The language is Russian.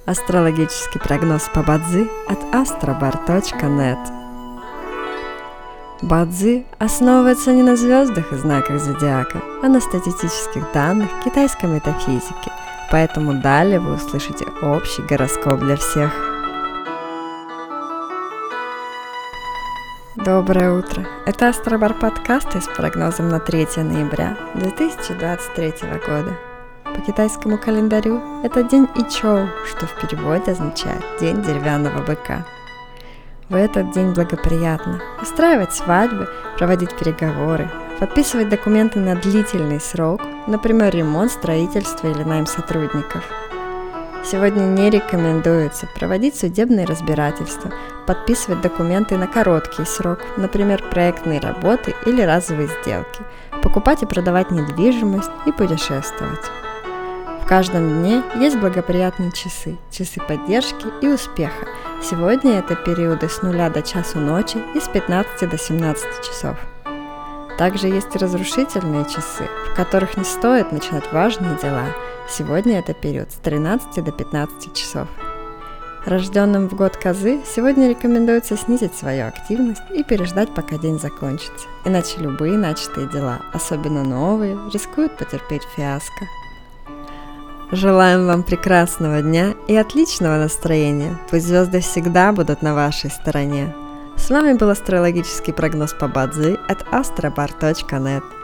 Астрологический прогноз по Бадзи от astrobar.net. Бадзи основывается не на звездах и знаках зодиака, а на статистических данных китайской метафизики, поэтому далее вы услышите общий гороскоп для всех. Доброе утро! Это Астробар подкасты с прогнозом на 3 ноября 2023 года. По китайскому календарю это день Ичоу, что в переводе означает «день деревянного быка». В этот день благоприятно устраивать свадьбы, проводить переговоры, подписывать документы на длительный срок, например, ремонт, строительство или найм сотрудников. Сегодня не рекомендуется проводить судебные разбирательства, подписывать документы на короткий срок, например, проектные работы или разовые сделки, покупать и продавать недвижимость и путешествовать. В каждом дне есть благоприятные часы поддержки и успеха. Сегодня это периоды с 0 до часу ночи и с 15 до 17 часов. Также есть и разрушительные часы, в которых не стоит начинать важные дела. Сегодня это период с 13 до 15 часов. Рожденным в год Козы сегодня рекомендуется снизить свою активность и переждать, пока день закончится. Иначе любые начатые дела, особенно новые, рискуют потерпеть фиаско. Желаем вам прекрасного дня и отличного настроения. Пусть звезды всегда будут на вашей стороне. С вами был астрологический прогноз по Бадзи от astrobar.net.